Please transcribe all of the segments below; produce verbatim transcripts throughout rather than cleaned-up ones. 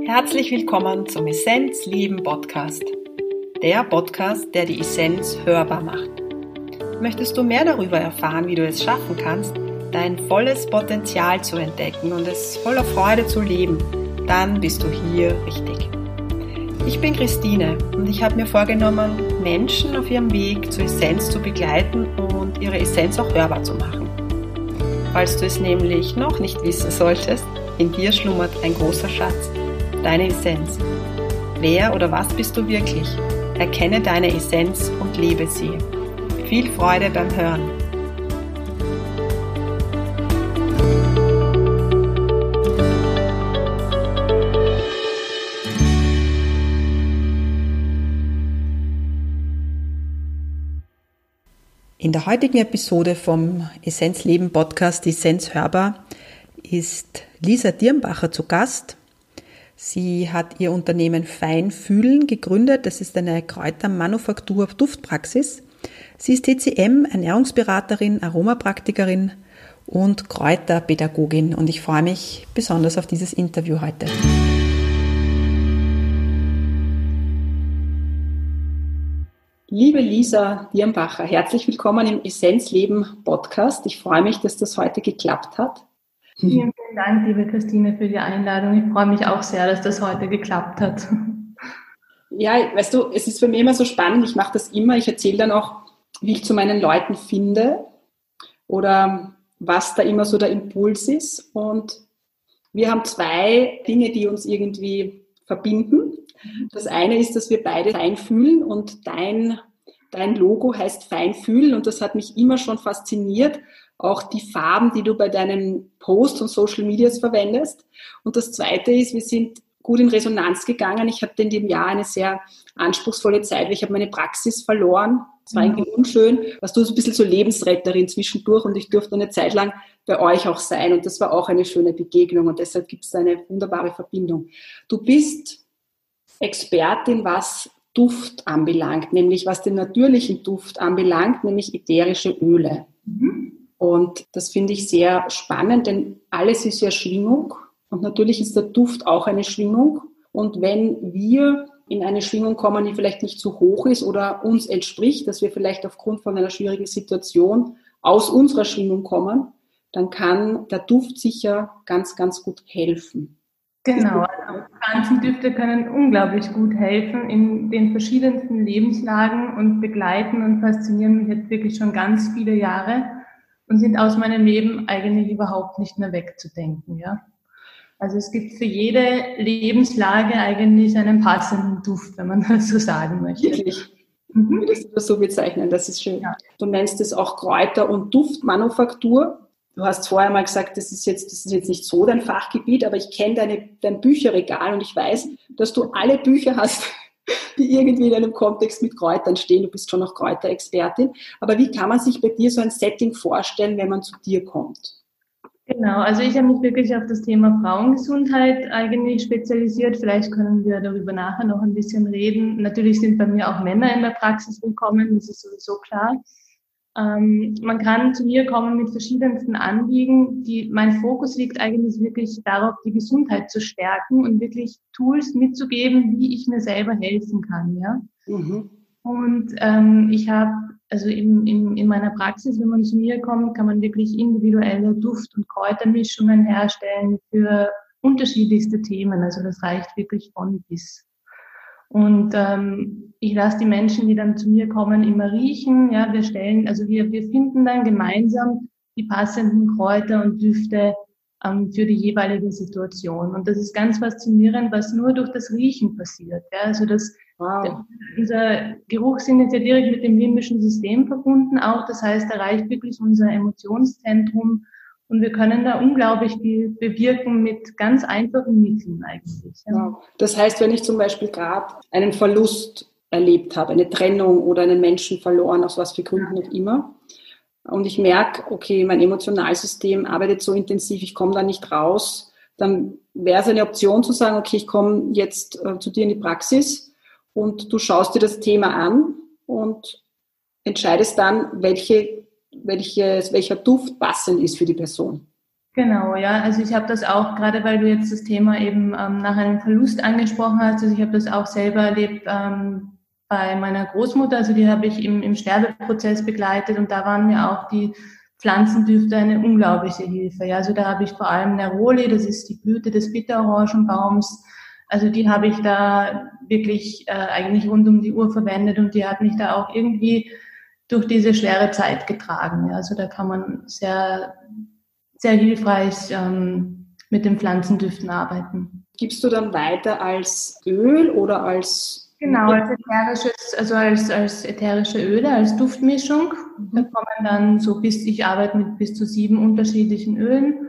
Herzlich willkommen zum Essenz Leben Podcast. Der Podcast, der die Essenz hörbar macht. Möchtest du mehr darüber erfahren, wie du es schaffen kannst, dein volles Potenzial zu entdecken und es voller Freude zu leben, dann bist du hier richtig. Ich bin Christine und ich habe mir vorgenommen, Menschen auf ihrem Weg zur Essenz zu begleiten und ihre Essenz auch hörbar zu machen. Falls du es nämlich noch nicht wissen solltest, in dir schlummert ein großer Schatz, deine Essenz. Wer oder was bist du wirklich? Erkenne deine Essenz und lebe sie. Viel Freude beim Hören. In der heutigen Episode vom Essenz Leben Podcast Essenz hörbar ist Lisa Dirnbacher zu Gast. Sie hat ihr Unternehmen Feinfühlen gegründet. Das ist eine Kräutermanufaktur-Duftpraxis. Sie ist T C M, Ernährungsberaterin, Aromapraktikerin und Kräuterpädagogin. Und ich freue mich besonders auf dieses Interview heute. Liebe Lisa Dirnbacher, herzlich willkommen im Essenz Leben Podcast. Ich freue mich, dass das heute geklappt hat. Vielen, vielen Dank, liebe Christine, für die Einladung. Ich freue mich auch sehr, dass das heute geklappt hat. Ja, weißt du, es ist für mich immer so spannend. Ich mache das immer. Ich erzähle dann auch, wie ich zu meinen Leuten finde oder was da immer so der Impuls ist. Und wir haben zwei Dinge, die uns irgendwie verbinden. Das eine ist, dass wir beide fein fühlen und dein, dein Logo heißt Feinfühlen und das hat mich immer schon fasziniert. Auch die Farben, die du bei deinen Posts und Social Medias verwendest. Und das zweite ist, wir sind gut in Resonanz gegangen. Ich hatte in dem Jahr eine sehr anspruchsvolle Zeit, weil ich habe meine Praxis verloren. Es war irgendwie unschön. Warst du so ein bisschen so Lebensretterin zwischendurch und ich durfte eine Zeit lang bei euch auch sein. Und das war auch eine schöne Begegnung und deshalb gibt es eine wunderbare Verbindung. Du bist Expertin, was Duft anbelangt, nämlich was den natürlichen Duft anbelangt, nämlich ätherische Öle. Mhm. Und das finde ich sehr spannend, denn alles ist ja Schwingung und natürlich ist der Duft auch eine Schwingung. Und wenn wir in eine Schwingung kommen, die vielleicht nicht so hoch ist oder uns entspricht, dass wir vielleicht aufgrund von einer schwierigen Situation aus unserer Schwingung kommen, dann kann der Duft sicher ganz, ganz gut helfen. Genau, also Pflanzendüfte können unglaublich gut helfen in den verschiedensten Lebenslagen und begleiten und faszinieren mich jetzt wirklich schon ganz viele Jahre und sind aus meinem Leben eigentlich überhaupt nicht mehr wegzudenken, ja. Also es gibt für jede Lebenslage eigentlich einen passenden Duft, wenn man das so sagen möchte. Wirklich? Mhm. Würdest du das so bezeichnen? Das ist schön. Ja. Du nennst es auch Kräuter- und Duftmanufaktur. Du hast vorher mal gesagt, das ist jetzt, das ist jetzt nicht so dein Fachgebiet, aber ich kenne deine, dein Bücherregal und ich weiß, dass du alle Bücher hast, die irgendwie in einem Kontext mit Kräutern stehen. Du bist schon noch Kräuterexpertin. Aber wie kann man sich bei dir so ein Setting vorstellen, wenn man zu dir kommt? Genau, also ich habe mich wirklich auf das Thema Frauengesundheit eigentlich spezialisiert. Vielleicht können wir darüber nachher noch ein bisschen reden. Natürlich sind bei mir auch Männer in der Praxis willkommen, das ist sowieso klar. Ähm, man kann zu mir kommen mit verschiedensten Anliegen. Die, mein Fokus liegt eigentlich wirklich darauf, die Gesundheit zu stärken und wirklich Tools mitzugeben, wie ich mir selber helfen kann. Ja. Mhm. Und ähm, ich habe, also in, in, in meiner Praxis, wenn man zu mir kommt, kann man wirklich individuelle Duft- und Kräutermischungen herstellen für unterschiedlichste Themen. Also das reicht wirklich von bis. Und ähm, ich lasse die Menschen, die dann zu mir kommen, immer riechen. Ja, wir stellen, also wir, wir finden dann gemeinsam die passenden Kräuter und Düfte ähm, für die jeweilige Situation. Und das ist ganz faszinierend, was nur durch das Riechen passiert. Ja, also das, wow. der, unser Geruchssinn ist ja direkt mit dem limbischen System verbunden auch. Das heißt, erreicht wirklich unser Emotionszentrum. Und wir können da unglaublich viel bewirken mit ganz einfachen Mitteln eigentlich. Ja. Das heißt, wenn ich zum Beispiel gerade einen Verlust erlebt habe, eine Trennung oder einen Menschen verloren, aus was für Gründen auch immer, und ich merke, okay, mein Emotionalsystem arbeitet so intensiv, ich komme da nicht raus, dann wäre es eine Option zu sagen, okay, ich komme jetzt äh, zu dir in die Praxis und du schaust dir das Thema an und entscheidest dann, welche Welches, welcher Duft passend ist für die Person. Genau, ja. Also ich habe das auch, gerade weil du jetzt das Thema eben ähm, nach einem Verlust angesprochen hast, also ich habe das auch selber erlebt ähm, bei meiner Großmutter, also die habe ich im, im Sterbeprozess begleitet und da waren mir auch die Pflanzendüfte eine unglaubliche Hilfe. Ja, also da habe ich vor allem Neroli, das ist die Blüte des Bitterorangenbaums, also die habe ich da wirklich äh, eigentlich rund um die Uhr verwendet und die hat mich da auch irgendwie durch diese schwere Zeit getragen. Ja, also da kann man sehr sehr hilfreich ähm, mit den Pflanzendüften arbeiten. Gibst du dann weiter als Öl oder als... Genau, als ätherisches, also als, als ätherische Öle, als Duftmischung. Mhm. Da kommen dann so bis, ich arbeite mit bis zu sieben unterschiedlichen Ölen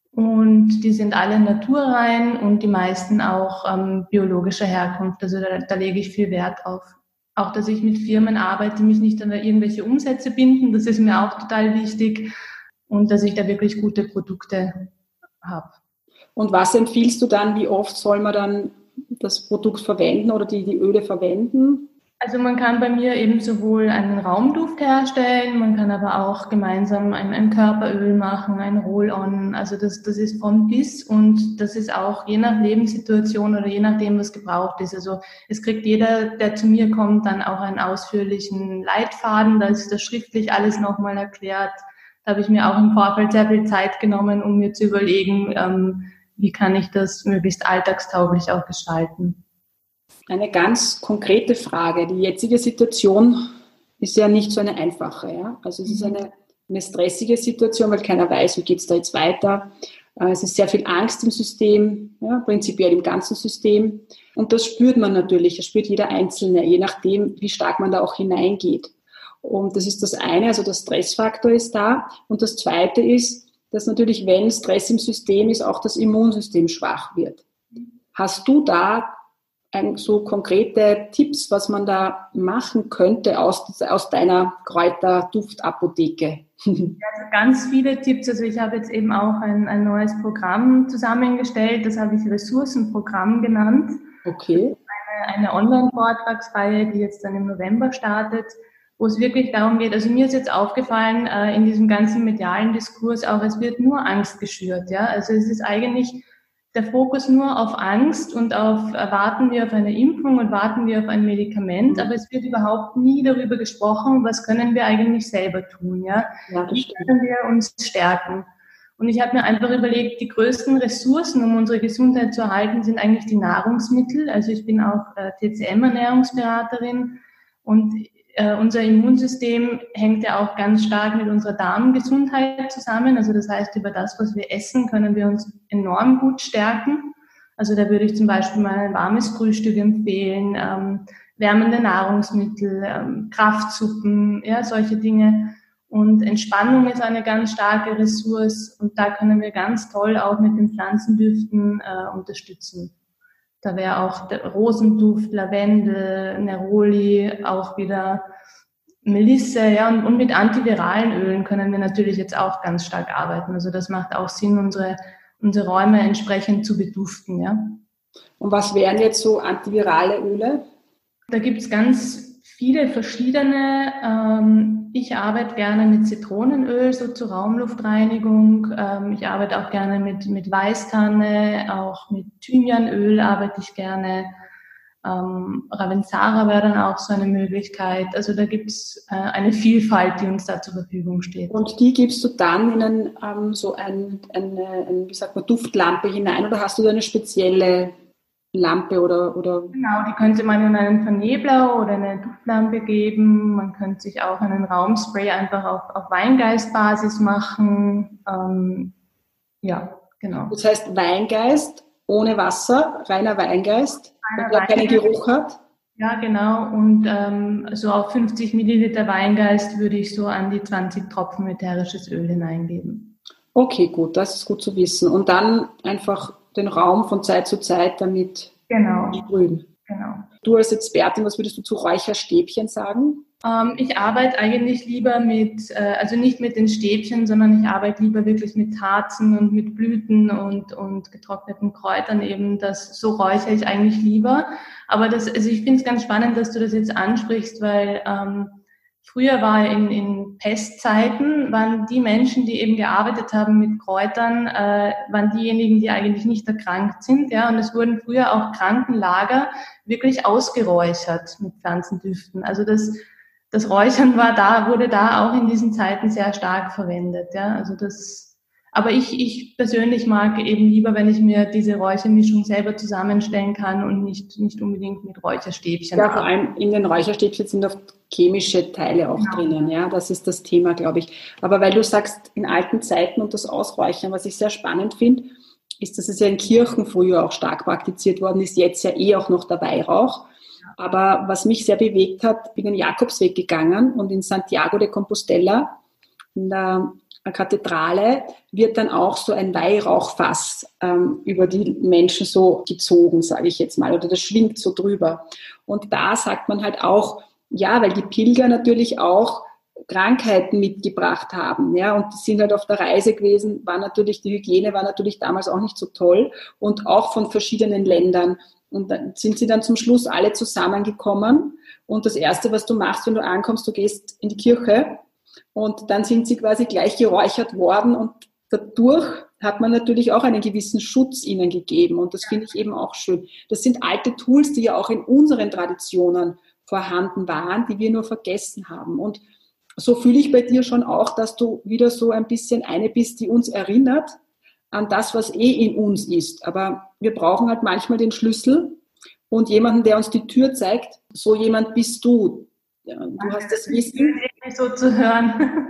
und die sind alle naturrein und die meisten auch ähm, biologischer Herkunft. Also da, da lege ich viel Wert drauf. Auch, dass ich mit Firmen arbeite, die mich nicht an irgendwelche Umsätze binden, das ist mir auch total wichtig. Und dass ich da wirklich gute Produkte habe. Und was empfiehlst du dann, wie oft soll man dann das Produkt verwenden oder die, die Öle verwenden? Also man kann bei mir eben sowohl einen Raumduft herstellen, man kann aber auch gemeinsam ein, ein Körperöl machen, ein Roll-on. Also das, das ist von bis und das ist auch je nach Lebenssituation oder je nachdem, was gebraucht ist. Also es kriegt jeder, der zu mir kommt, dann auch einen ausführlichen Leitfaden, da ist das schriftlich alles nochmal erklärt. Da habe ich mir auch im Vorfeld sehr viel Zeit genommen, um mir zu überlegen, ähm, wie kann ich das möglichst alltagstauglich auch gestalten. Eine ganz konkrete Frage. Die jetzige Situation ist ja nicht so eine einfache. Ja? Also es ist eine, eine stressige Situation, weil keiner weiß, wie geht es da jetzt weiter. Es ist sehr viel Angst im System, ja, prinzipiell im ganzen System. Und das spürt man natürlich, das spürt jeder Einzelne, je nachdem, wie stark man da auch hineingeht. Und das ist das eine, also der Stressfaktor ist da. Und das zweite ist, dass natürlich, wenn Stress im System ist, auch das Immunsystem schwach wird. Hast du da ein, so konkrete Tipps, was man da machen könnte aus, aus deiner Kräuter-Duft-Apotheke? Also ganz viele Tipps. Also ich habe jetzt eben auch ein, ein neues Programm zusammengestellt. Das habe ich Ressourcenprogramm genannt. Okay. Eine, eine Online-Vortragsreihe, die jetzt dann im November startet, wo es wirklich darum geht, also mir ist jetzt aufgefallen, äh, in diesem ganzen medialen Diskurs auch, es wird nur Angst geschürt, ja, also es ist eigentlich der Fokus nur auf Angst und auf, äh, warten wir auf eine Impfung und warten wir auf ein Medikament, aber es wird überhaupt nie darüber gesprochen, was können wir eigentlich selber tun, ja, ja wie können wir uns stärken. Und ich habe mir einfach überlegt, die größten Ressourcen, um unsere Gesundheit zu erhalten, sind eigentlich die Nahrungsmittel, also ich bin auch äh, T C M-Ernährungsberaterin und Uh, unser Immunsystem hängt ja auch ganz stark mit unserer Darmgesundheit zusammen. Also das heißt, über das, was wir essen, können wir uns enorm gut stärken. Also da würde ich zum Beispiel mal ein warmes Frühstück empfehlen, ähm, wärmende Nahrungsmittel, ähm, Kraftsuppen, ja, solche Dinge. Und Entspannung ist eine ganz starke Ressource und da können wir ganz toll auch mit den Pflanzendüften äh, unterstützen. Da wäre auch der Rosenduft, Lavendel, Neroli, auch wieder Melisse, ja, und, und mit antiviralen Ölen können wir natürlich jetzt auch ganz stark arbeiten. Also das macht auch Sinn, unsere, unsere Räume entsprechend zu beduften, ja. Und was wären jetzt so antivirale Öle? Da gibt's ganz viele verschiedene. Ähm, ich arbeite gerne mit Zitronenöl, so zur Raumluftreinigung. Ähm, ich arbeite auch gerne mit, mit Weißtanne, auch mit Thymianöl arbeite ich gerne. Ähm, Ravensara wäre dann auch so eine Möglichkeit. Also da gibt's äh, eine Vielfalt, die uns da zur Verfügung steht. Und die gibst du dann in ein, ähm, so ein, eine, ein, wie sagt man, Duftlampe hinein oder hast du da eine spezielle Lampe oder, oder? Genau, die könnte man in einen Vernebler oder eine Duftlampe geben. Man könnte sich auch einen Raumspray einfach auf, auf Weingeistbasis machen. Ähm, ja, genau. Das heißt Weingeist ohne Wasser, reiner Weingeist, der keinen Geruch hat? Ja, genau. Und ähm, so auf fünfzig Milliliter Weingeist würde ich so an die zwanzig Tropfen ätherisches Öl hineingeben. Okay, gut, das ist gut zu wissen. Und dann einfach den Raum von Zeit zu Zeit damit genau. sprühen. Genau. Du als Expertin, was würdest du zu Räucherstäbchen sagen? Ähm, ich arbeite eigentlich lieber mit, äh, also nicht mit den Stäbchen, sondern ich arbeite lieber wirklich mit Harzen und mit Blüten und, und getrockneten Kräutern eben. Das, so räuchere ich eigentlich lieber. Aber das, also ich finde es ganz spannend, dass du das jetzt ansprichst, weil ähm, früher war in, in Pestzeiten, waren die Menschen, die eben gearbeitet haben mit Kräutern, äh, waren diejenigen, die eigentlich nicht erkrankt sind. Ja, und es wurden früher auch Krankenlager wirklich ausgeräuchert mit Pflanzendüften. Also das, das Räuchern war da, wurde da auch in diesen Zeiten sehr stark verwendet. Ja, also das. Aber ich, ich persönlich mag eben lieber, wenn ich mir diese Räuchermischung selber zusammenstellen kann und nicht, nicht unbedingt mit Räucherstäbchen. Ja, vor allem in den Räucherstäbchen sind oft chemische Teile auch genau. drinnen. Ja, das ist das Thema, glaube ich. Aber weil du sagst, in alten Zeiten und das Ausräuchern, was ich sehr spannend finde, ist, dass es ja in Kirchen früher auch stark praktiziert worden ist, jetzt ja eh auch noch der Weihrauch. Aber was mich sehr bewegt hat, bin den Jakobsweg gegangen und in Santiago de Compostela, in der Kathedrale, wird dann auch so ein Weihrauchfass ähm, über die Menschen so gezogen, sage ich jetzt mal, oder das schwingt so drüber. Und da sagt man halt auch, ja, weil die Pilger natürlich auch Krankheiten mitgebracht haben, ja, und die sind halt auf der Reise gewesen, war natürlich, die Hygiene war natürlich damals auch nicht so toll und auch von verschiedenen Ländern. Und dann sind sie dann zum Schluss alle zusammengekommen und das Erste, was du machst, wenn du ankommst, du gehst in die Kirche. Und dann sind sie quasi gleich geräuchert worden und dadurch hat man natürlich auch einen gewissen Schutz ihnen gegeben. Und das finde ich eben auch schön. Das sind alte Tools, die ja auch in unseren Traditionen vorhanden waren, die wir nur vergessen haben. Und so fühle ich bei dir schon auch, dass du wieder so ein bisschen eine bist, die uns erinnert an das, was eh in uns ist. Aber wir brauchen halt manchmal den Schlüssel und jemanden, der uns die Tür zeigt. So jemand bist du. Ja, du hast das Wissen. So zu hören.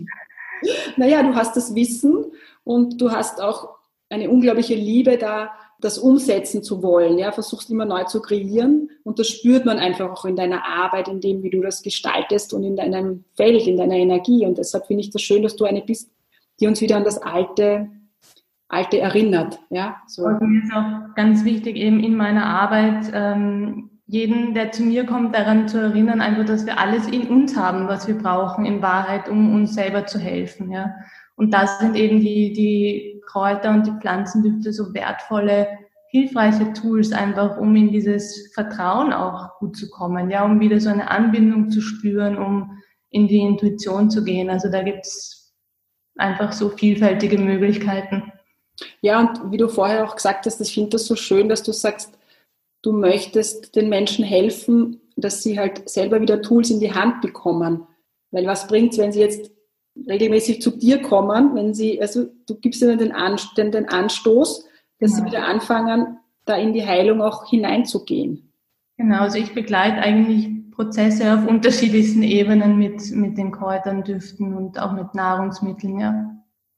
Naja, du hast das Wissen und du hast auch eine unglaubliche Liebe da, das umsetzen zu wollen. Ja, versuchst immer neu zu kreieren und das spürt man einfach auch in deiner Arbeit, in dem, wie du das gestaltest und in deinem Feld, in deiner Energie. Und deshalb finde ich das schön, dass du eine bist, die uns wieder an das Alte, Alte erinnert. Ja, so. Und mir ist auch ganz wichtig eben in meiner Arbeit, ähm, jeden, der zu mir kommt, daran zu erinnern, einfach, dass wir alles in uns haben, was wir brauchen in Wahrheit, um uns selber zu helfen. Ja. Und da sind eben die, die Kräuter und die Pflanzendüfte so wertvolle, hilfreiche Tools einfach, um in dieses Vertrauen auch gut zu kommen, ja, um wieder so eine Anbindung zu spüren, um in die Intuition zu gehen. Also da gibt's einfach so vielfältige Möglichkeiten. Ja, und wie du vorher auch gesagt hast, ich finde das so schön, dass du sagst, du möchtest den Menschen helfen, dass sie halt selber wieder Tools in die Hand bekommen. Weil was bringt es, wenn sie jetzt regelmäßig zu dir kommen, wenn sie, also du gibst ihnen den, Anst- den, den Anstoß, dass genau. sie wieder anfangen, da in die Heilung auch hineinzugehen. Genau, also ich begleite eigentlich Prozesse auf unterschiedlichsten Ebenen mit, mit den Kräutern, Düften und auch mit Nahrungsmitteln, ja.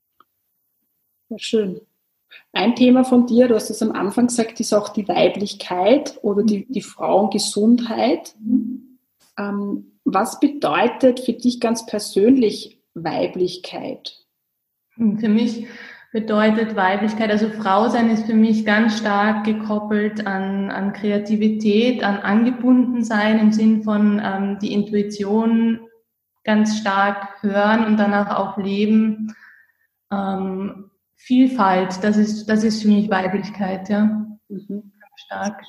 Ja, schön. Ein Thema von dir, du hast es am Anfang gesagt, ist auch die Weiblichkeit oder die, die Frauengesundheit. Mhm. Ähm, was bedeutet für dich ganz persönlich Weiblichkeit? Für mich bedeutet Weiblichkeit, also Frau sein ist für mich ganz stark gekoppelt an, an Kreativität, an Angebundensein im Sinn von ähm, die Intuition ganz stark hören und danach auch leben. Ähm, Vielfalt, das ist, das ist für mich Weiblichkeit, ja. Mhm. Stark.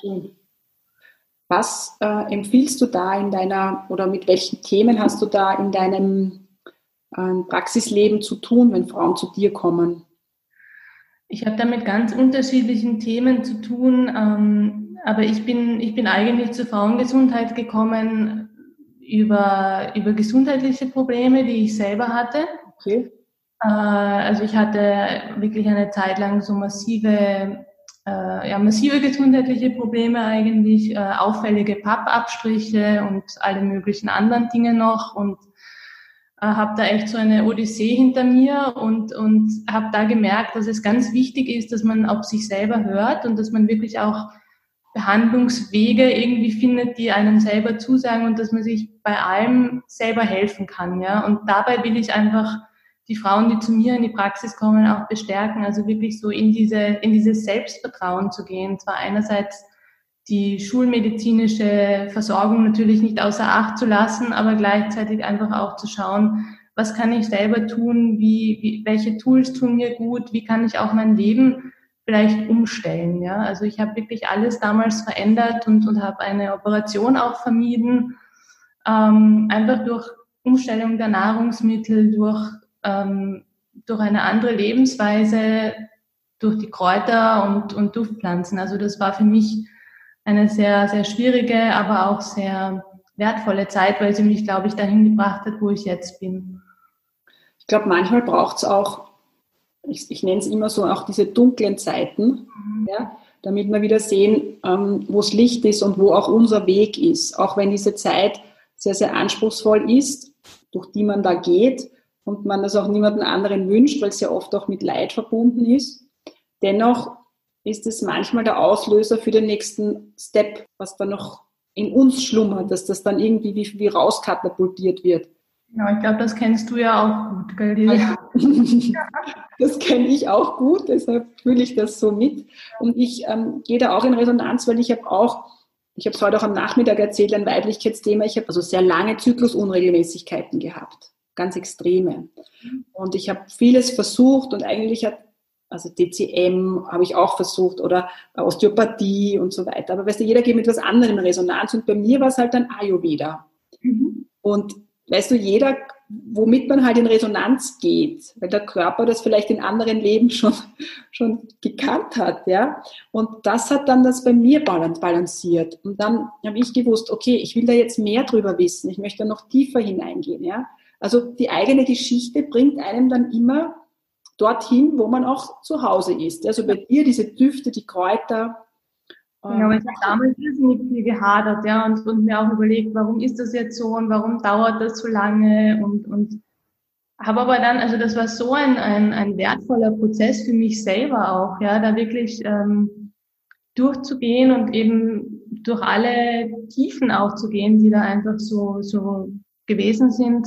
Was äh, empfiehlst du da in deiner, oder mit welchen Themen hast du da in deinem äh, Praxisleben zu tun, wenn Frauen zu dir kommen? Ich habe da mit ganz unterschiedlichen Themen zu tun, ähm, aber ich bin, ich bin eigentlich zur Frauengesundheit gekommen über, über gesundheitliche Probleme, die ich selber hatte. Okay. Also ich hatte wirklich eine Zeit lang so massive, äh, ja, massive gesundheitliche Probleme eigentlich, äh, auffällige Pappabstriche und alle möglichen anderen Dinge noch und äh, habe da echt so eine Odyssee hinter mir und, und habe da gemerkt, dass es ganz wichtig ist, dass man auf sich selber hört und dass man wirklich auch Behandlungswege irgendwie findet, die einem selber zusagen und dass man sich bei allem selber helfen kann, ja. Und dabei will ich einfach die Frauen, die zu mir in die Praxis kommen, auch bestärken, also wirklich so in diese, in dieses Selbstvertrauen zu gehen. Zwar einerseits die schulmedizinische Versorgung natürlich nicht außer Acht zu lassen, aber gleichzeitig einfach auch zu schauen, was kann ich selber tun, wie, wie, welche Tools tun mir gut, wie kann ich auch mein Leben vielleicht umstellen, ja. Also ich habe wirklich alles damals verändert und, und habe eine Operation auch vermieden, ähm, einfach durch Umstellung der Nahrungsmittel, durch, ähm, durch eine andere Lebensweise, durch die Kräuter und, und Duftpflanzen. Also das war für mich eine sehr, sehr schwierige, aber auch sehr wertvolle Zeit, weil sie mich, glaube ich, dahin gebracht hat, wo ich jetzt bin. Ich glaube, manchmal braucht es auch, ich, ich nenne es immer so, auch diese dunklen Zeiten, mhm. ja, damit wir wieder sehen, ähm, wo das Licht ist und wo auch unser Weg ist. Auch wenn diese Zeit sehr, sehr anspruchsvoll ist, durch die man da geht und man das auch niemandem anderen wünscht, weil es ja oft auch mit Leid verbunden ist. Dennoch ist es manchmal der Auslöser für den nächsten Step, was dann noch in uns schlummert, dass das dann irgendwie wie, wie rauskatapultiert wird. Ja, ich glaube, das kennst du ja auch gut, gell? Ja. Das kenne ich auch gut, deshalb fühle ich das so mit. Und ich ähm, gehe da auch in Resonanz, weil ich habe auch, ich habe es heute auch am Nachmittag erzählt, ein Weiblichkeitsthema, ich habe also sehr lange Zyklusunregelmäßigkeiten gehabt, ganz extreme. Und ich habe vieles versucht und eigentlich hat, also D C M habe ich auch versucht oder Osteopathie und so weiter. Aber weißt du, jeder geht mit etwas anderem in Resonanz und bei mir war es halt dann Ayurveda. Mhm. Und weißt du, jeder, womit man halt in Resonanz geht, weil der Körper das vielleicht in anderen Leben schon, schon gekannt hat, ja. Und das hat dann das bei mir balanciert. Und dann habe ich gewusst, okay, ich will da jetzt mehr drüber wissen. Ich möchte da noch tiefer hineingehen, ja. Also die eigene Geschichte bringt einem dann immer dorthin, wo man auch zu Hause ist. Also bei dir diese Düfte, die Kräuter. Genau, ich habe damals irrsinnig viel gehadert, ja, und, und mir auch überlegt, warum ist das jetzt so und warum dauert das so lange und, und habe aber dann, also das war so ein, ein, ein wertvoller Prozess für mich selber auch, ja, da wirklich ähm, durchzugehen und eben durch alle Tiefen auch zu gehen, die da einfach so, so gewesen sind.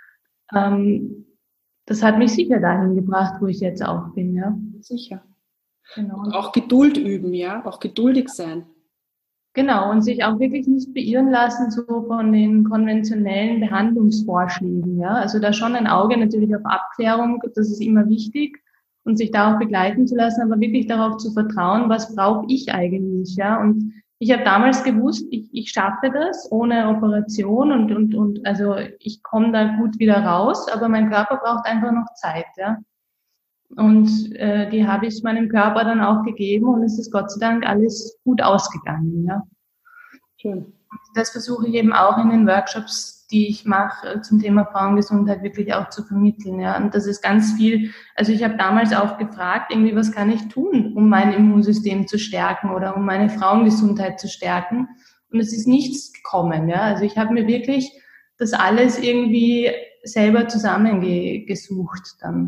Ähm, das hat mich sicher dahin gebracht, wo ich jetzt auch bin, ja. Sicher. Genau. Und auch Geduld üben, ja, auch geduldig sein. Genau, und sich auch wirklich nicht beirren lassen so von den konventionellen Behandlungsvorschlägen, ja. Also da schon ein Auge natürlich auf Abklärung, das ist immer wichtig und sich da auch begleiten zu lassen, aber wirklich darauf zu vertrauen, was brauche ich eigentlich, ja. Und ich habe damals gewusst, ich, ich schaffe das ohne Operation und, und, und also ich komme da gut wieder raus, aber mein Körper braucht einfach noch Zeit, ja. Und äh, die habe ich meinem Körper dann auch gegeben und es ist Gott sei Dank alles gut ausgegangen, ja. Schön. Das versuche ich eben auch in den Workshops, die ich mache zum Thema Frauengesundheit, wirklich auch zu vermitteln, ja. Und das ist ganz viel, also ich habe damals auch gefragt, irgendwie, was kann ich tun, um mein Immunsystem zu stärken oder um meine Frauengesundheit zu stärken? Und es ist nichts gekommen, ja. Also ich habe mir wirklich das alles irgendwie selber zusammengesucht dann.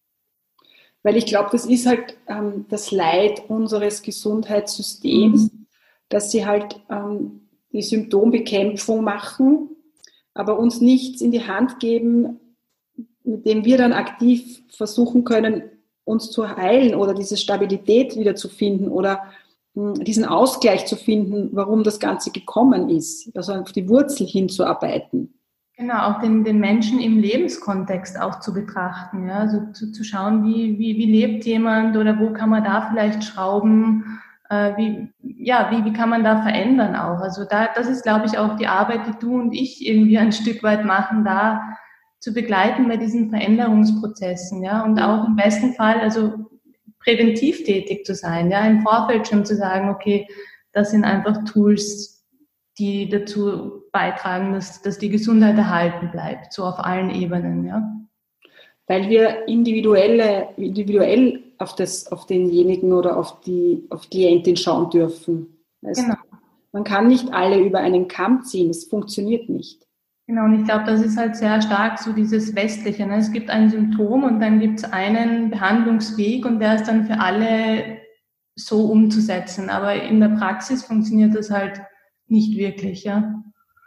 Weil ich glaube, das ist halt ähm, das Leid unseres Gesundheitssystems, mhm. dass sie halt ähm, die Symptombekämpfung machen, aber uns nichts in die Hand geben, mit dem wir dann aktiv versuchen können, uns zu heilen oder diese Stabilität wieder zu finden oder mh, diesen Ausgleich zu finden, warum das Ganze gekommen ist, also auf die Wurzel hinzuarbeiten. Genau, auch den, den Menschen im Lebenskontext auch zu betrachten, ja, also zu, zu schauen, wie, wie, wie lebt jemand oder wo kann man da vielleicht schrauben, äh, wie, ja, wie, wie kann man da verändern auch. Also da, das ist, glaube ich, auch die Arbeit, die du und ich irgendwie ein Stück weit machen, da zu begleiten bei diesen Veränderungsprozessen, ja, und auch im besten Fall, also präventiv tätig zu sein, ja, im Vorfeld schon zu sagen, okay, das sind einfach Tools, die dazu beitragen, dass, dass die Gesundheit erhalten bleibt, so auf allen Ebenen, ja. Weil wir individuelle, individuell auf, das, auf denjenigen oder auf die auf Klientin schauen dürfen. Weißt genau. Du? Man kann nicht alle über einen Kamm ziehen, das funktioniert nicht. Genau, und ich glaube, das ist halt sehr stark so dieses Westliche. Ne? Es gibt ein Symptom und dann gibt es einen Behandlungsweg und der ist dann für alle so umzusetzen. Aber in der Praxis funktioniert das halt nicht wirklich, ja.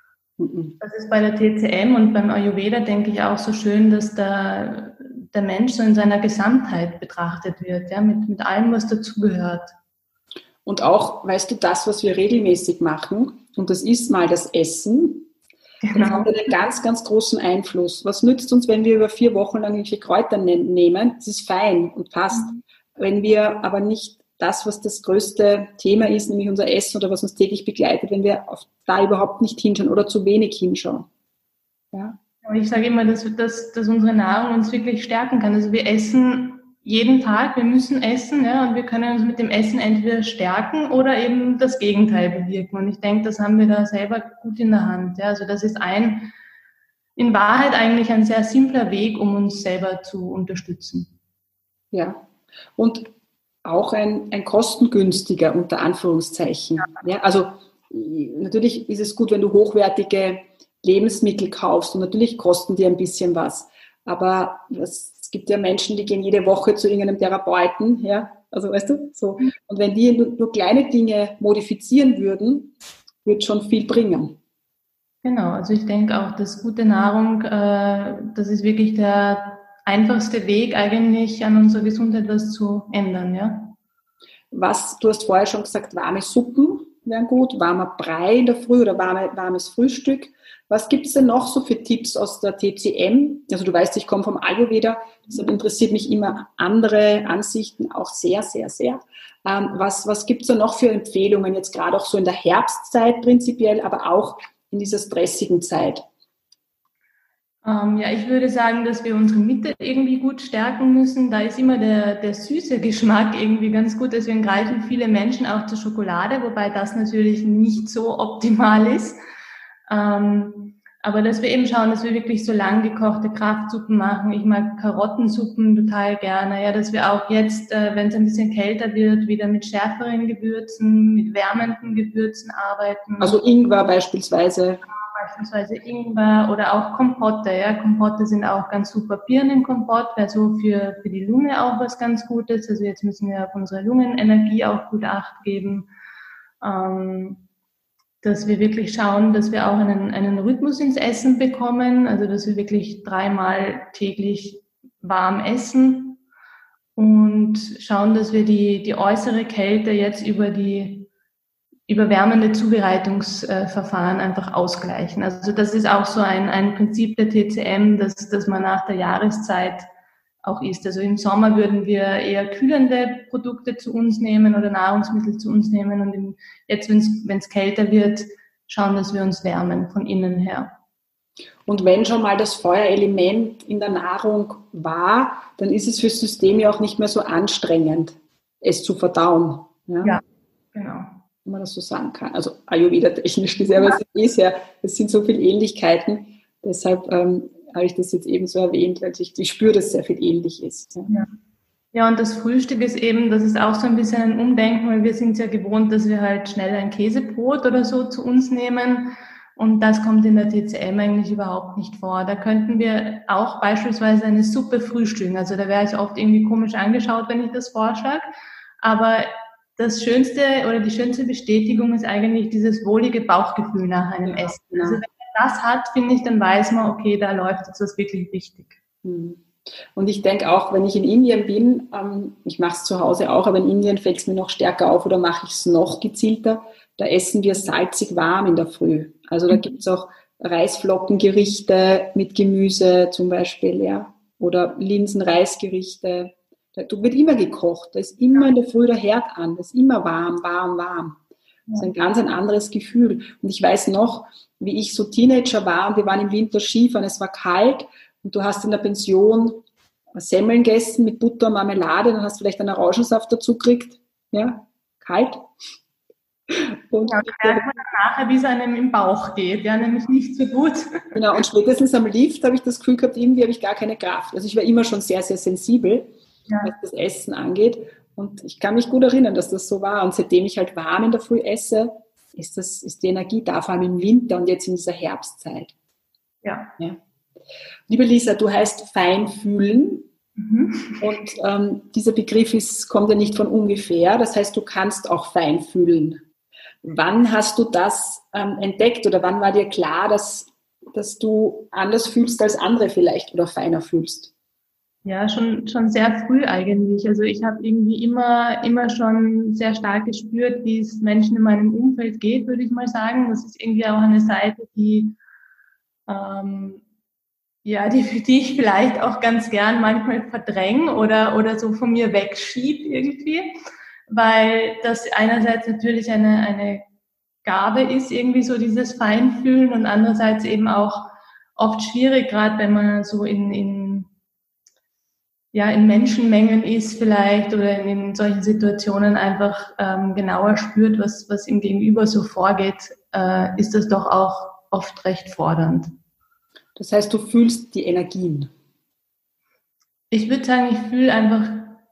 Das ist bei der T C M und beim Ayurveda, denke ich, auch so schön, dass der, der Mensch so in seiner Gesamtheit betrachtet wird, ja, mit, mit allem, was dazugehört. Und auch, weißt du, das, was wir regelmäßig machen, und das ist mal das Essen, genau. Das hat einen ganz, ganz großen Einfluss. Was nützt uns, wenn wir über vier Wochen lang irgendwelche Kräuter ne- nehmen? Das ist fein und passt. Mhm. Wenn wir aber nicht das, was das größte Thema ist, nämlich unser Essen oder was uns täglich begleitet, wenn wir auf, da überhaupt nicht hinschauen oder zu wenig hinschauen. Ja? Und ich sage immer, dass, dass, dass unsere Nahrung uns wirklich stärken kann. Also wir essen jeden Tag, wir müssen essen, ja, und wir können uns mit dem Essen entweder stärken oder eben das Gegenteil bewirken. Und ich denke, das haben wir da selber gut in der Hand. Ja. Also das ist ein, in Wahrheit eigentlich ein sehr simpler Weg, um uns selber zu unterstützen. Ja, und auch ein, ein kostengünstiger, unter Anführungszeichen. Ja. Ja, also natürlich ist es gut, wenn du hochwertige Lebensmittel kaufst und natürlich kosten die ein bisschen was. Aber es, es gibt ja Menschen, die gehen jede Woche zu irgendeinem Therapeuten, ja, also weißt du, so. Und wenn die nur, nur kleine Dinge modifizieren würden, würde schon viel bringen. Genau, also ich denke auch, dass gute Nahrung, äh, das ist wirklich der einfachste Weg eigentlich an unserer Gesundheit was zu ändern, ja. Was, du hast vorher schon gesagt, warme Suppen wären gut, warmer Brei in der Früh oder warme, warmes Frühstück. Was gibt es denn noch so für Tipps aus der T C M? Also du weißt, ich komme vom Ayurveda, deshalb interessiert mich immer andere Ansichten auch sehr, sehr, sehr. Ähm, was was gibt es da noch für Empfehlungen, jetzt gerade auch so in der Herbstzeit prinzipiell, aber auch in dieser stressigen Zeit? Ähm, ja, ich würde sagen, dass wir unsere Mitte irgendwie gut stärken müssen. Da ist immer der, der süße Geschmack irgendwie ganz gut. Deswegen greifen viele Menschen auch zur Schokolade, wobei das natürlich nicht so optimal ist. Ähm, aber dass wir eben schauen, dass wir wirklich so lang gekochte Kraftsuppen machen. Ich mag Karottensuppen total gerne. Ja, dass wir auch jetzt, äh, wenn es ein bisschen kälter wird, wieder mit schärferen Gewürzen, mit wärmenden Gewürzen arbeiten. Also Ingwer beispielsweise. Beispielsweise Ingwer oder auch Kompotte. Ja, Kompotte sind auch ganz super. Birnenkompott wäre so für, für die Lunge auch was ganz Gutes. Also jetzt müssen wir auf unsere Lungenenergie auch gut Acht geben. Ähm, dass wir wirklich schauen, dass wir auch einen, einen Rhythmus ins Essen bekommen, also dass wir wirklich dreimal täglich warm essen und schauen, dass wir die, die äußere Kälte jetzt über die über wärmende Zubereitungsverfahren einfach ausgleichen. Also das ist auch so ein, ein Prinzip der T C M, dass, dass man nach der Jahreszeit auch isst. Also im Sommer würden wir eher kühlende Produkte zu uns nehmen oder Nahrungsmittel zu uns nehmen und im, jetzt, wenn es kälter wird, schauen, dass wir uns wärmen von innen her. Und wenn schon mal das Feuerelement in der Nahrung war, dann ist es fürs System ja auch nicht mehr so anstrengend, es zu verdauen. Ja, ja genau. Wenn man das so sagen kann. Also Ayurveda-technisch gesehen, aber es ist ja, es sind so viele Ähnlichkeiten. Deshalb ähm, habe ich das jetzt eben so erwähnt, weil ich, ich spüre, dass es sehr viel ähnlich ist. Ja. Ja. Ja, und das Frühstück ist eben, das ist auch so ein bisschen ein Umdenken, weil wir sind ja gewohnt, dass wir halt schnell ein Käsebrot oder so zu uns nehmen. Und das kommt in der T C M eigentlich überhaupt nicht vor. Da könnten wir auch beispielsweise eine Suppe frühstücken. Also da wäre ich oft irgendwie komisch angeschaut, wenn ich das vorschlage. Aber das Schönste oder die schönste Bestätigung ist eigentlich dieses wohlige Bauchgefühl nach einem Ja, Essen. genau. Also wenn man das hat, finde ich, dann weiß man, okay, da läuft jetzt was wirklich richtig. Und ich denke auch, wenn ich in Indien bin, ähm, ich mache es zu Hause auch, aber in Indien fällt es mir noch stärker auf oder mache ich es noch gezielter, da essen wir salzig warm in der Früh. Also da gibt es auch Reisflockengerichte mit Gemüse zum Beispiel, ja, oder Linsen-Reisgerichte. Da wird immer gekocht, da ist immer in der Früh der Herd an, da ist immer warm, warm, warm. Das ist ein ganz ein anderes Gefühl. Und ich weiß noch, wie ich so Teenager war und wir waren im Winter Skifahren, es war kalt und du hast in der Pension Semmeln gegessen mit Butter und Marmelade, dann hast du vielleicht einen Orangensaft dazu gekriegt, ja, kalt. Und ja, da merkt man dann nachher, wie es einem im Bauch geht, ja, nämlich nicht so gut. Genau, und spätestens am Lift habe ich das Gefühl gehabt, irgendwie habe ich gar keine Kraft. Also ich war immer schon sehr, sehr sensibel, ja, was das Essen angeht. Und ich kann mich gut erinnern, dass das so war. Und seitdem ich halt warm in der Früh esse, ist, das, ist die Energie da, vor allem im Winter und jetzt in dieser Herbstzeit. Ja. Ja. Liebe Lisa, du heißt Feinfühlen. Mhm. Und ähm, dieser Begriff ist, kommt ja nicht von ungefähr. Das heißt, du kannst auch fein fühlen. Wann hast du das ähm, entdeckt oder wann war dir klar, dass, dass du anders fühlst als andere vielleicht oder feiner fühlst? Ja, schon, schon sehr früh eigentlich. Also ich habe irgendwie immer, immer schon sehr stark gespürt, wie es Menschen in meinem Umfeld geht, würde ich mal sagen. Das ist irgendwie auch eine Seite, die, ähm, ja, die, die ich vielleicht auch ganz gern manchmal verdränge oder, oder so von mir wegschiebe irgendwie, weil das einerseits natürlich eine, eine Gabe ist, irgendwie so dieses Feinfühlen und andererseits eben auch oft schwierig, gerade wenn man so in, in, ja, in Menschenmengen ist vielleicht oder in, in solchen Situationen einfach ähm, genauer spürt, was, was im Gegenüber so vorgeht, äh, ist das doch auch oft recht fordernd. Das heißt, du fühlst die Energien. Ich würde sagen, ich fühle einfach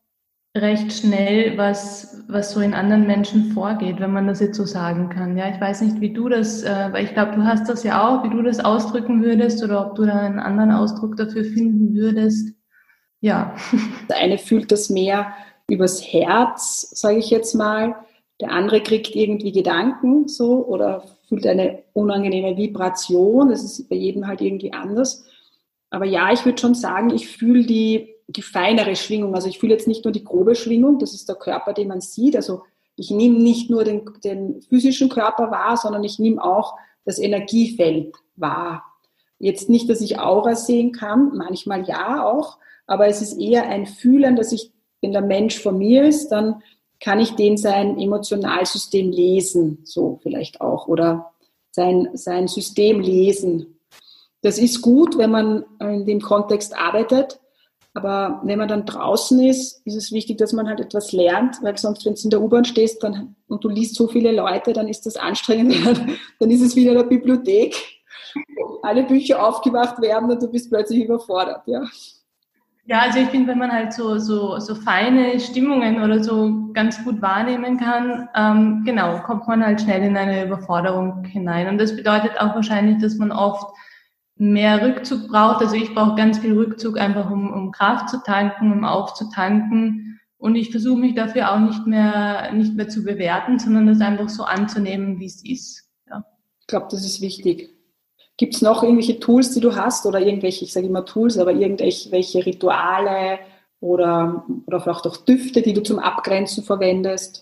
recht schnell, was, was so in anderen Menschen vorgeht, wenn man das jetzt so sagen kann. Ja, ich weiß nicht, wie du das, äh, weil ich glaube, du hast das ja auch, wie du das ausdrücken würdest oder ob du da einen anderen Ausdruck dafür finden würdest. Ja. Der eine fühlt das mehr übers Herz, sage ich jetzt mal. Der andere kriegt irgendwie Gedanken so oder fühlt eine unangenehme Vibration. Das ist bei jedem halt irgendwie anders. Aber ja, ich würde schon sagen, ich fühle die, die feinere Schwingung. Also ich fühle jetzt nicht nur die grobe Schwingung, das ist der Körper, den man sieht. Also ich nehme nicht nur den, den physischen Körper wahr, sondern ich nehme auch das Energiefeld wahr. Jetzt nicht, dass ich Aura sehen kann, manchmal ja auch, aber es ist eher ein Fühlen, dass ich, wenn der Mensch vor mir ist, dann kann ich den sein Emotionalsystem lesen, so vielleicht auch, oder sein, sein System lesen. Das ist gut, wenn man in dem Kontext arbeitet, aber wenn man dann draußen ist, ist es wichtig, dass man halt etwas lernt, weil sonst, wenn du in der U-Bahn stehst dann, und du liest so viele Leute, dann ist das anstrengend, dann ist es wie in einer Bibliothek, wo alle Bücher aufgemacht werden und du bist plötzlich überfordert. Ja, ja, also ich finde, wenn man halt so, so, so feine Stimmungen oder so ganz gut wahrnehmen kann, ähm, genau, kommt man halt schnell in eine Überforderung hinein. Und das bedeutet auch wahrscheinlich, dass man oft mehr Rückzug braucht. Also ich brauche ganz viel Rückzug, einfach um, um Kraft zu tanken, um aufzutanken. Und ich versuche mich dafür auch nicht mehr, nicht mehr zu bewerten, sondern das einfach so anzunehmen, wie es ist. Ja. Ich glaube, das ist wichtig. Gibt es noch irgendwelche Tools, die du hast oder irgendwelche, ich sage immer Tools, aber irgendwelche Rituale oder, oder vielleicht auch Düfte, die du zum Abgrenzen verwendest?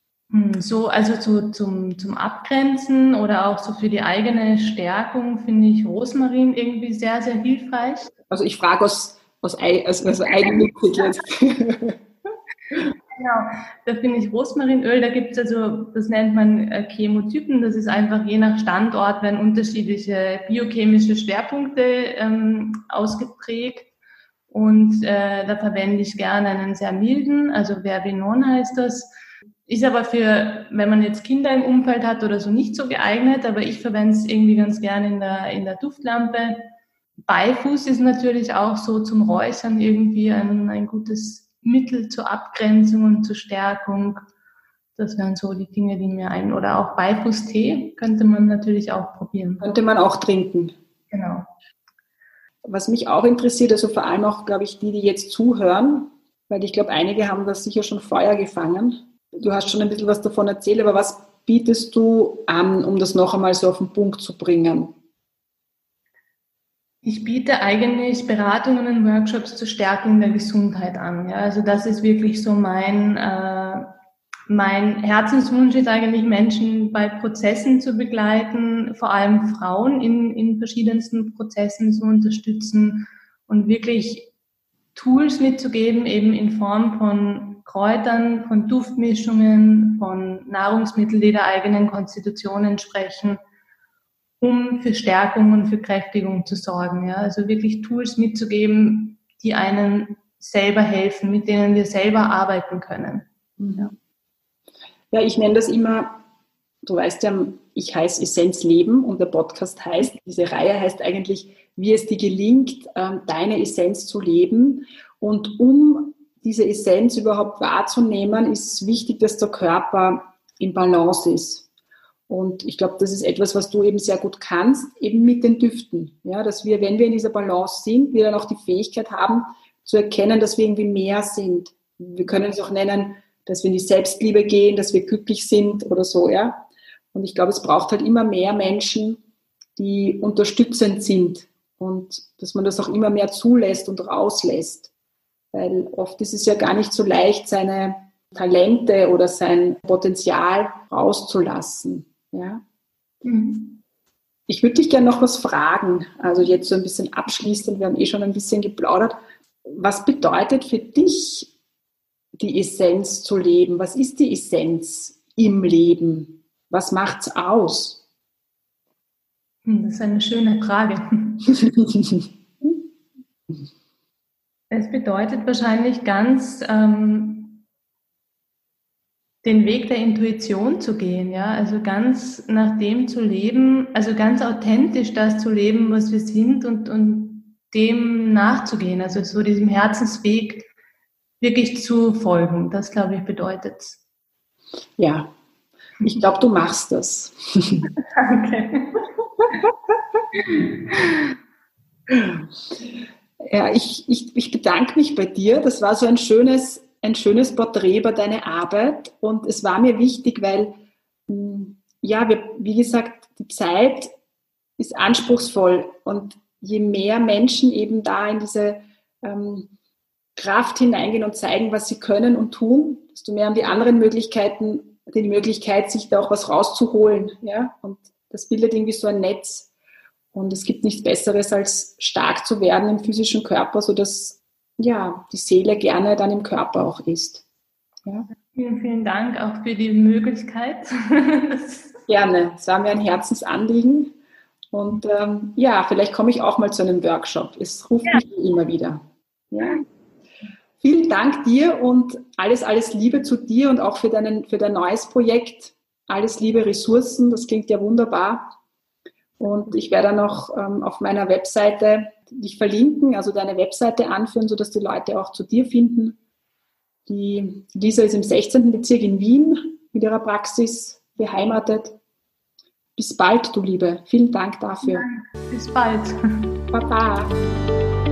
So, also so zum, zum Abgrenzen oder auch so für die eigene Stärkung finde ich Rosmarin irgendwie sehr, sehr hilfreich. Also ich frage aus, aus, aus, aus Eigennützig jetzt. Genau, da finde ich Rosmarinöl, da gibt es also, das nennt man äh, Chemotypen, das ist einfach je nach Standort werden unterschiedliche biochemische Schwerpunkte ähm, ausgeprägt und äh, da verwende ich gerne einen sehr milden, also Verbenon heißt das. Ist aber für, wenn man jetzt Kinder im Umfeld hat oder so, nicht so geeignet, aber ich verwende es irgendwie ganz gerne in der, in der Duftlampe. Beifuß ist natürlich auch so zum Räuchern irgendwie ein, ein gutes Mittel zur Abgrenzung und zur Stärkung. Das wären so die Dinge, die mir ein, oder auch Beifußtee könnte man natürlich auch probieren. Könnte man auch trinken. Genau. Was mich auch interessiert, also vor allem auch, glaube ich, die, die jetzt zuhören, weil ich glaube, einige haben das sicher schon Feuer gefangen. Du hast schon ein bisschen was davon erzählt, aber was bietest du an, um das noch einmal so auf den Punkt zu bringen? Ich biete eigentlich Beratungen und Workshops zur Stärkung der Gesundheit an. Ja, also das ist wirklich so mein, äh, mein Herzenswunsch ist eigentlich, Menschen bei Prozessen zu begleiten, vor allem Frauen in, in verschiedensten Prozessen zu unterstützen und wirklich Tools mitzugeben, eben in Form von Kräutern, von Duftmischungen, von Nahrungsmitteln, die der eigenen Konstitution entsprechen, um für Stärkung und für Kräftigung zu sorgen. Ja? Also wirklich Tools mitzugeben, die einen selber helfen, mit denen wir selber arbeiten können. Ja, ja, ich nenne das immer, du weißt ja, ich heiße Essenz Leben und der Podcast heißt, diese Reihe heißt eigentlich, wie es dir gelingt, deine Essenz zu leben. Und um diese Essenz überhaupt wahrzunehmen, ist es wichtig, dass der Körper in Balance ist. Und ich glaube, das ist etwas, was du eben sehr gut kannst, eben mit den Düften. Ja, dass wir, wenn wir in dieser Balance sind, wir dann auch die Fähigkeit haben, zu erkennen, dass wir irgendwie mehr sind. Wir können es auch nennen, dass wir in die Selbstliebe gehen, dass wir glücklich sind oder so, ja. Und ich glaube, es braucht halt immer mehr Menschen, die unterstützend sind und dass man das auch immer mehr zulässt und rauslässt. Weil oft ist es ja gar nicht so leicht, seine Talente oder sein Potenzial rauszulassen. Ja? Mhm. Ich würde dich gerne noch was fragen, also jetzt so ein bisschen abschließend, wir haben eh schon ein bisschen geplaudert. Was bedeutet für dich, die Essenz zu leben? Was ist die Essenz im Leben? Was macht's aus? Das ist eine schöne Frage. Es bedeutet wahrscheinlich ganz, ähm, den Weg der Intuition zu gehen, ja, also ganz nach dem zu leben, also ganz authentisch das zu leben, was wir sind und, und dem nachzugehen, also so diesem Herzensweg wirklich zu folgen, das glaube ich bedeutet. Ja, ich glaube, du machst das. Danke. Ja, ich, ich, ich bedanke mich bei dir. Das war so ein schönes, ein schönes Porträt über deine Arbeit. Und es war mir wichtig, weil, ja, wir, wie gesagt, die Zeit ist anspruchsvoll. Und je mehr Menschen eben da in diese ähm, Kraft hineingehen und zeigen, was sie können und tun, desto mehr haben die anderen Möglichkeiten, die Möglichkeit, sich da auch was rauszuholen. Ja? Und das bildet irgendwie so ein Netz. Und es gibt nichts Besseres, als stark zu werden im physischen Körper, sodass ja, die Seele gerne dann im Körper auch ist. Ja. Vielen, vielen Dank auch für die Möglichkeit. Gerne, es war mir ein Herzensanliegen. Und ähm, ja, vielleicht komme ich auch mal zu einem Workshop. Es ruft ja. mich immer wieder. Ja. Vielen Dank dir und alles, alles Liebe zu dir und auch für, deinen, für dein neues Projekt. Alles Liebe, Ressourcen, das klingt ja wunderbar. Und ich werde dann noch ähm, auf meiner Webseite dich verlinken, also deine Webseite anführen, sodass die Leute auch zu dir finden. Die Lisa ist im sechzehnten Bezirk in Wien mit ihrer Praxis beheimatet. Bis bald, du Liebe. Vielen Dank dafür. Bis bald. Baba.